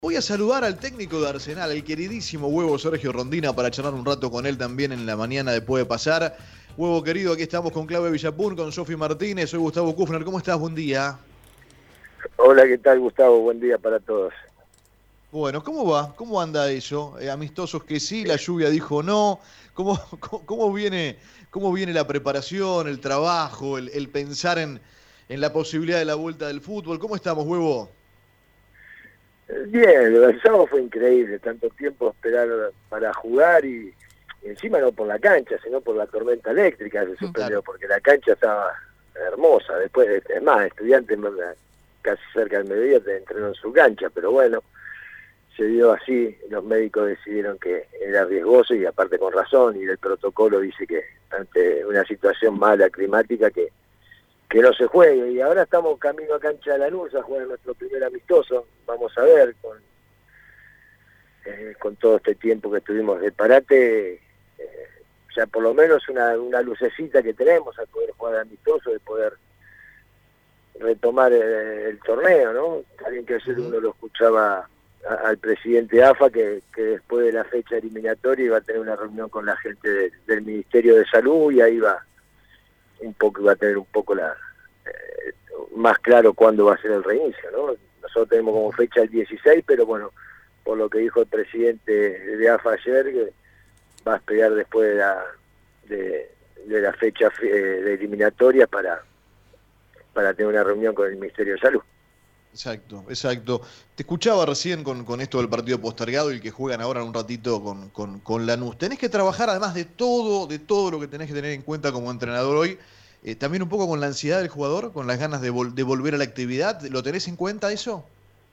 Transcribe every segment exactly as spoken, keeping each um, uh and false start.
Voy a saludar al técnico de Arsenal, el queridísimo Huevo Sergio Rondina, para charlar un rato con él también en la mañana de Puede Pasar. Huevo querido, aquí estamos con Claudia Villapun, con Sofi Martínez, soy Gustavo Kufner. ¿Cómo estás? Buen día. Hola, ¿qué tal, Gustavo? Buen día para todos. Bueno, ¿cómo va? ¿Cómo anda eso? Eh, amistosos que sí, la lluvia dijo no. ¿Cómo, cómo, cómo viene, cómo viene la preparación, el trabajo, el, el pensar en, en la posibilidad de la vuelta del fútbol? ¿Cómo estamos, Huevo? Bien, lo del sábado fue increíble, tanto tiempo esperar para jugar y, y encima no por la cancha, sino por la tormenta eléctrica se suspendió, Claro. porque la cancha estaba hermosa. Después, es más, estudiantes casi cerca del mediodía entrenó en su cancha, pero bueno, se dio así, los médicos decidieron que era riesgoso y aparte con razón, y el protocolo dice que ante una situación mala climática que que no se juegue, y ahora estamos camino a cancha de Lanús a jugar nuestro primer amistoso. Vamos a ver, con eh, con todo este tiempo que estuvimos de parate, eh, ya por lo menos una, una lucecita que tenemos al poder jugar amistoso, de poder retomar eh, el torneo, ¿no? También que ayer Uh-huh. uno lo escuchaba a, al presidente AFA, que, que después de la fecha eliminatoria iba a tener una reunión con la gente de, del Ministerio de Salud, y ahí va un poco, va a tener un poco la eh, más claro cuándo va a ser el reinicio, ¿no? Nosotros tenemos como fecha el dieciséis, pero bueno, por lo que dijo el presidente de AFA ayer, que va a esperar después de la de, de la fecha eh, de eliminatoria para para tener una reunión con el Ministerio de Salud. Exacto, exacto. Te escuchaba recién con, con esto del partido postergado y el que juegan ahora en un ratito con, con, con Lanús. Tenés que trabajar, además de todo, de todo lo que tenés que tener en cuenta como entrenador hoy, eh, también un poco con la ansiedad del jugador, con las ganas de, vol de volver a la actividad. ¿Lo tenés en cuenta eso?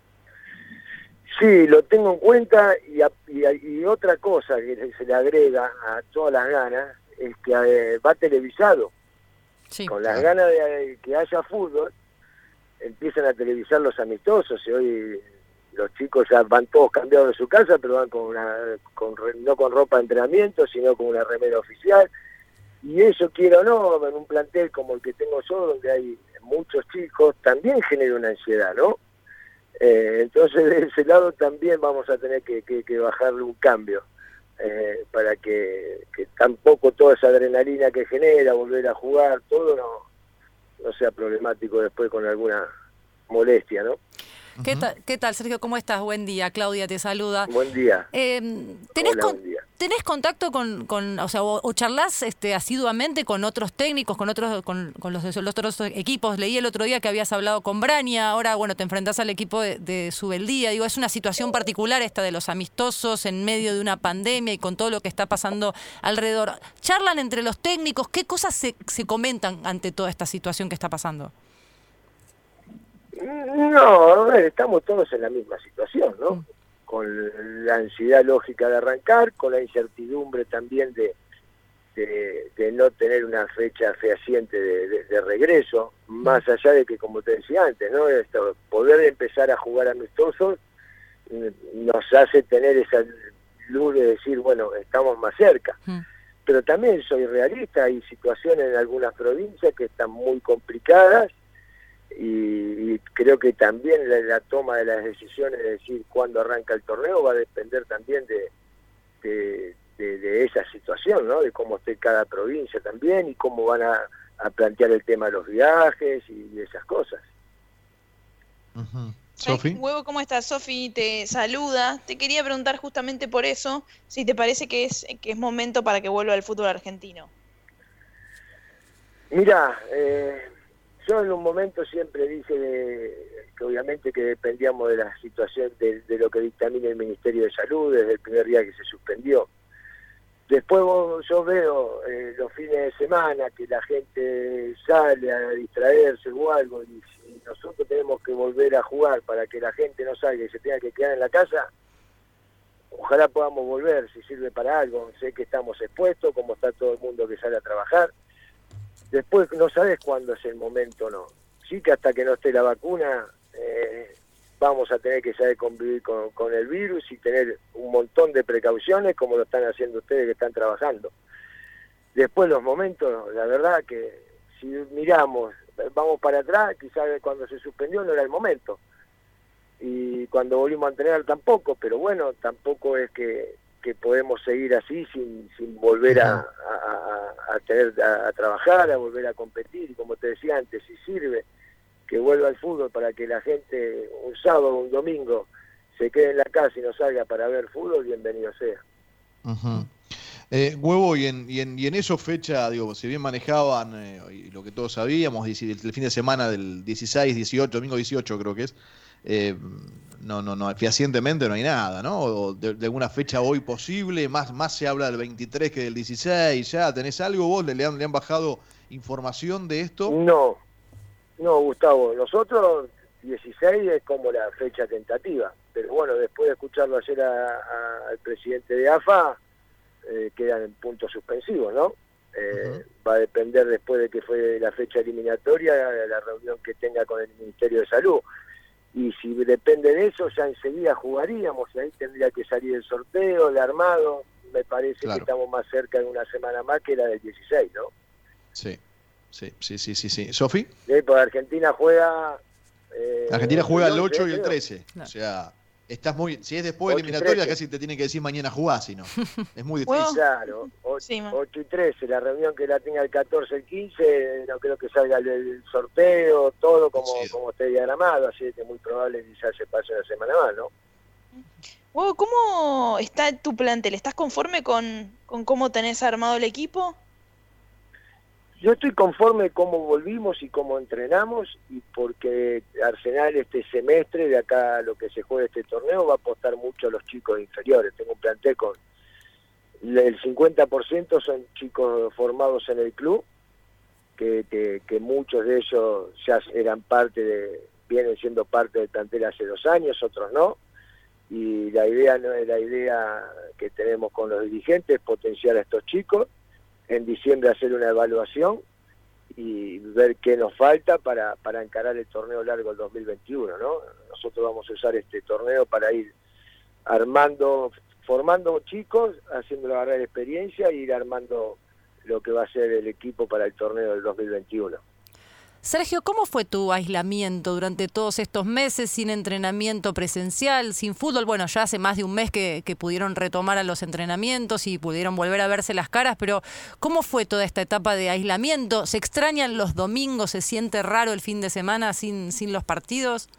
Sí, lo tengo en cuenta, y, a, y, a, y otra cosa que se le agrega a todas las ganas es que eh, va televisado. Sí, con las claro. ganas de que haya fútbol, empiezan a televisar los amistosos, y hoy los chicos ya van todos cambiados de su casa, pero van con una con, no con ropa de entrenamiento, sino con una remera oficial, y eso, quiero o no, en un plantel como el que tengo yo, donde hay muchos chicos, también genera una ansiedad, ¿no? Eh, entonces de ese lado también vamos a tener que, que, que bajarle un cambio, eh, para que, que tampoco toda esa adrenalina que genera volver a jugar, todo no no sea problemático después con alguna molestia, ¿no? ¿Qué, ta ¿Qué tal, Sergio? ¿Cómo estás? Buen día. Claudia te saluda. Buen día. Eh, ¿tenés, Hola, con buen día. ¿Tenés contacto con, con o sea, o, o charlás este, asiduamente con otros técnicos, con otros con, con los, los otros equipos? Leí el otro día que habías hablado con Braña, ahora, bueno, te enfrentás al equipo de, de Subeldía. Digo, es una situación particular esta de los amistosos en medio de una pandemia y con todo lo que está pasando alrededor. ¿Charlan entre los técnicos? ¿Qué cosas se, se comentan ante toda esta situación que está pasando? No, a ver, estamos todos en la misma situación, ¿no? Mm. Con la ansiedad lógica de arrancar, con la incertidumbre también de, de, de no tener una fecha fehaciente de, de, de regreso, más allá de que, como te decía antes, ¿no? Esto, poder empezar a jugar amistosos nos hace tener esa luz de decir, bueno, estamos más cerca. Mm. Pero también soy realista, hay situaciones en algunas provincias que están muy complicadas, y, y creo que también la, la toma de las decisiones de decir cuándo arranca el torneo va a depender también de, de, de, de esa situación, ¿no? De cómo esté cada provincia también, y cómo van a, a plantear el tema de los viajes y esas cosas. Uh-huh. ¿Sofi? Huevo, ¿cómo estás? Sofi te saluda. Te quería preguntar justamente por eso, si te parece que es, que es momento para que vuelva al fútbol argentino. Mira, eh, yo en un momento siempre dije de, que obviamente que dependíamos de la situación de, de lo que dictamina el Ministerio de Salud desde el primer día que se suspendió. Después vos, yo veo eh, los fines de semana que la gente sale a distraerse o algo, y si nosotros tenemos que volver a jugar para que la gente no salga y se tenga que quedar en la casa, ojalá podamos volver, si sirve para algo. Sé que estamos expuestos, como está todo el mundo que sale a trabajar. Después no sabes cuándo es el momento o no. Sí que hasta que no esté la vacuna eh, vamos a tener que saber convivir con, con el virus y tener un montón de precauciones como lo están haciendo ustedes que están trabajando. Después los momentos, la verdad que si miramos, vamos para atrás, quizás cuando se suspendió no era el momento. y cuando volvimos a entrenar tampoco, pero bueno, tampoco es que, que podemos seguir así sin, sin volver a, a, a, tener, a, a trabajar, a volver a competir, y como te decía antes, si sirve que vuelva al fútbol para que la gente un sábado o un domingo se quede en la casa y no salga para ver fútbol, bienvenido sea. Uh-huh. Eh, Huevo, y en, y, en, y en eso fecha, digo, si bien manejaban eh, y lo que todos sabíamos, el fin de semana del dieciséis, dieciocho, domingo dieciocho creo que es, eh, no, no, no, fehacientemente no hay nada, ¿no? O de, de alguna fecha hoy posible, más, más se habla del veintitrés que del dieciséis, ¿ya tenés algo vos? ¿Le, le, han, le han bajado información de esto? No, no, Gustavo, nosotros dieciséis es como la fecha tentativa, pero bueno, después de escucharlo ayer a, a, al presidente de A F A, eh, quedan en puntos suspensivos, ¿no? Eh, uh-huh. Va a depender después de que fue la fecha eliminatoria, de la reunión que tenga con el Ministerio de Salud. Y si depende de eso, ya enseguida jugaríamos, y ahí tendría que salir el sorteo, el armado. Me parece claro. que estamos más cerca de una semana más que la del dieciséis, ¿no? Sí, sí, sí, sí, sí. sí. ¿Sofi? Sí, pues Argentina juega... Eh, Argentina juega el ocho y el trece. Claro. O sea, estás muy... Si es después de eliminatoria, casi te tienen que decir mañana jugás, si no. Es muy difícil. Bueno, claro, ocho y trece, la reunión que la tenga el catorce, el quince, no creo que salga el, el sorteo, todo como, sí. como esté diagramado, así que es muy probable que ya se pase una semana más, ¿no? Wow, ¿cómo está tu plantel? ¿Estás conforme con, con cómo tenés armado el equipo? Yo estoy conforme cómo volvimos y cómo entrenamos, y porque Arsenal este semestre, de acá a lo que se juegue este torneo, va a apostar mucho a los chicos inferiores. Tengo un plantel con el cincuenta por ciento son chicos formados en el club, que, que, que muchos de ellos ya eran parte de, vienen siendo parte del plantel hace dos años, otros no, y la idea no es la idea que tenemos con los dirigentes, potenciar a estos chicos, en diciembre hacer una evaluación y ver qué nos falta para, para encarar el torneo largo del dos mil veintiuno, ¿no? Nosotros vamos a usar este torneo para ir armando, formando chicos, haciéndolo agarrar experiencia e ir armando lo que va a ser el equipo para el torneo del dos mil veintiuno. Sergio, ¿cómo fue tu aislamiento durante todos estos meses sin entrenamiento presencial, sin fútbol? Bueno, ya hace más de un mes que, que pudieron retomar a los entrenamientos y pudieron volver a verse las caras, pero ¿cómo fue toda esta etapa de aislamiento? ¿Se extrañan los domingos? ¿Se siente raro el fin de semana sin, sin los partidos?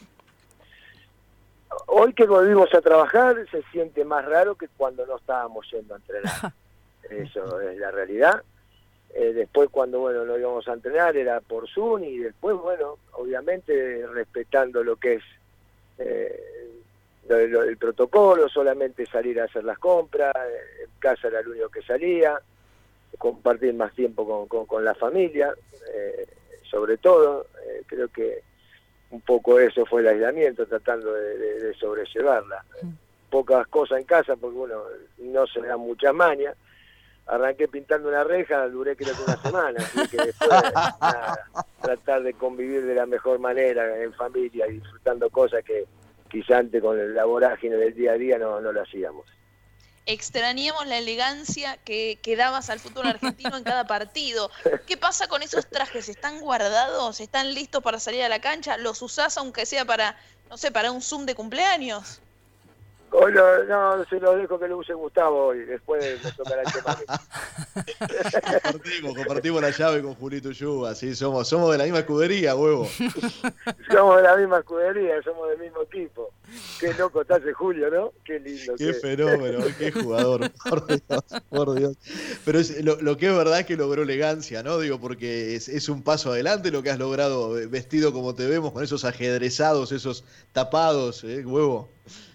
Hoy que volvimos a trabajar se siente más raro que cuando no estábamos yendo a entrenar. Eso es la realidad. Eh, después cuando bueno no íbamos a entrenar era por Zoom, y después bueno obviamente respetando lo que es eh, lo, lo, el protocolo, solamente salir a hacer las compras, eh, en casa era el único que salía, compartir más tiempo con, con, con la familia, eh, sobre todo, eh, creo que un poco eso fue el aislamiento, tratando de, de, de sobrellevarla. Pocas cosas en casa porque bueno no se dan muchas mañas. Arranqué pintando una reja, duré creo que una semana, así que después nada, tratar de convivir de la mejor manera en familia, disfrutando cosas que quizá antes con la vorágine del día a día no, no lo hacíamos. Extrañamos la elegancia que, que dabas al fútbol argentino en cada partido. ¿Qué pasa con esos trajes? ¿Están guardados? ¿Están listos para salir a la cancha? ¿Los usás aunque sea para, no sé, para un Zoom de cumpleaños? Hoy lo, no, se lo dejo que lo use Gustavo hoy, después me tocará el tema. compartimos, compartimos la llave con Julito Yuba, sí, somos, somos de la misma escudería, huevo. Somos de la misma escudería, somos del mismo equipo. Qué loco está ese Julio, ¿no? Qué lindo. Qué que... fenómeno, qué jugador, por Dios, por Dios. Pero es, lo, lo que es verdad es que logró elegancia, ¿no? Digo, porque es, es un paso adelante lo que has logrado, vestido como te vemos, con esos ajedrezados, esos tapados, ¿eh, huevo?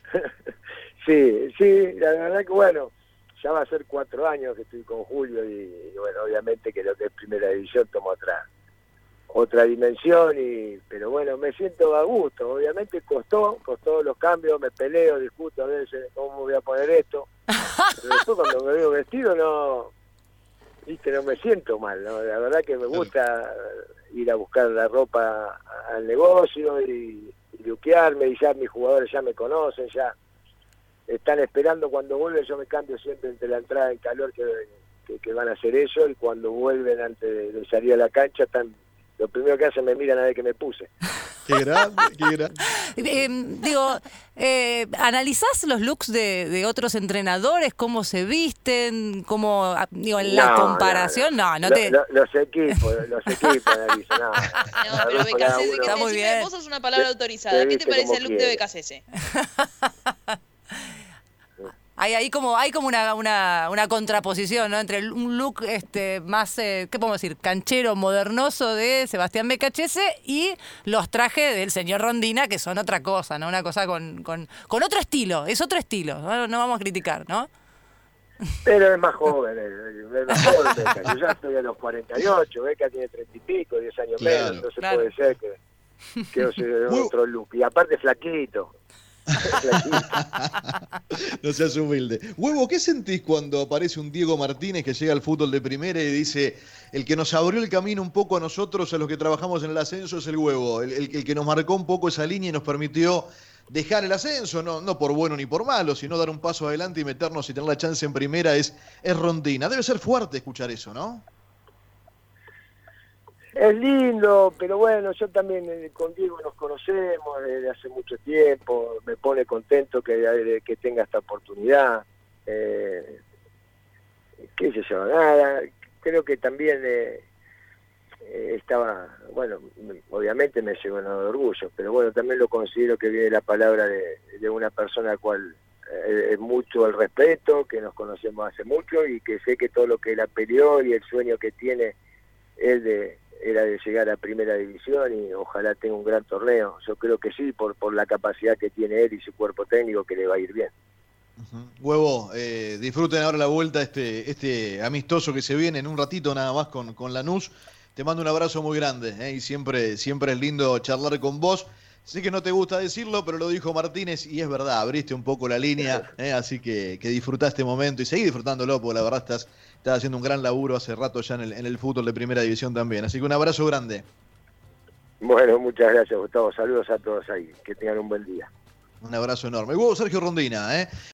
Sí, sí, la verdad que bueno, ya va a ser cuatro años que estoy con Julio y, y bueno, obviamente que lo que es primera división toma otra otra dimensión, y pero bueno, me siento a gusto. Obviamente costó, costó los cambios, me peleo, discuto a veces cómo voy a poner esto, pero después cuando me veo vestido no, viste, no me siento mal, ¿no? La verdad que me gusta ir a buscar la ropa al negocio y, y luquearme, y ya mis jugadores ya me conocen, ya están esperando cuando vuelven. Yo me cambio siempre entre la entrada en calor que, que, que van a hacer ellos, y cuando vuelven antes de, de salir a la cancha, están, lo primero que hacen me miran a ver qué me puse. Qué grande, qué grande. Eh, digo, eh, ¿analizás los looks de, de otros entrenadores? ¿Cómo se visten? ¿Cómo, digo, en la No, comparación? No, no, Lo- te... lo- los equipos, los equipos analizan. No, No, pero Adolfo, cada Becasese, uno- que Está muy decime bien. vos sos una palabra Se- autorizada. se ¿Qué te viste parece como el look de quiere. Becasese? Hay ahí como, hay como una, una, una contraposición, ¿no? Entre un look este más, eh, ¿qué podemos decir? Canchero, modernoso de Sebastián Becachese y los trajes del señor Rondina, que son otra cosa, ¿no? Una cosa con, con, con otro estilo, es otro estilo, no, no vamos a criticar, ¿no? Pero es más joven, es, es más joven Beca. Yo ya estoy a los cuarenta y ocho, Beca tiene treinta y pico, diez años Claro, menos, entonces claro. puede ser que, que yo sea Muy- otro look. Y aparte flaquito. flaquito. No seas humilde. Huevo, ¿qué sentís cuando aparece un Diego Martínez que llega al fútbol de primera y dice, el que nos abrió el camino un poco a nosotros, a los que trabajamos en el ascenso, es el Huevo, el, el- el que nos marcó un poco esa línea y nos permitió dejar el ascenso, no, no por bueno ni por malo, sino dar un paso adelante y meternos y tener la chance en primera, es, es Rondina. Debe ser fuerte escuchar eso, ¿no? Es lindo, pero bueno, yo también eh, con Diego nos conocemos desde hace mucho tiempo, me pone contento que, de- que tenga esta oportunidad. Eh, qué sé yo, nada, creo que también eh, eh, estaba, bueno, m- obviamente me llegó de orgullo, pero bueno, también lo considero que viene la palabra de, de una persona a cual eh, es mucho el respeto, que nos conocemos hace mucho y que sé que todo lo que él peleó y el sueño que tiene él de era de llegar a primera división y ojalá tenga un gran torneo. Yo creo que sí, por por la capacidad que tiene él y su cuerpo técnico, que le va a ir bien. Ujú. Huevo, eh, disfruten ahora la vuelta, este, este amistoso que se viene en un ratito nada más con, con Lanús. Te mando un abrazo muy grande, eh, y siempre, siempre es lindo charlar con vos. Sé que no te gusta decirlo, pero lo dijo Martínez y es verdad, abriste un poco la línea, eh, así que, que disfrutá este momento y seguí disfrutándolo, porque la verdad estás, estás haciendo un gran laburo hace rato ya en el, en el fútbol de primera división también. Así que un abrazo grande. Bueno, muchas gracias, Gustavo. Saludos a todos ahí. Que tengan un buen día. Un abrazo enorme. Huevo Sergio Rondina, ¿eh?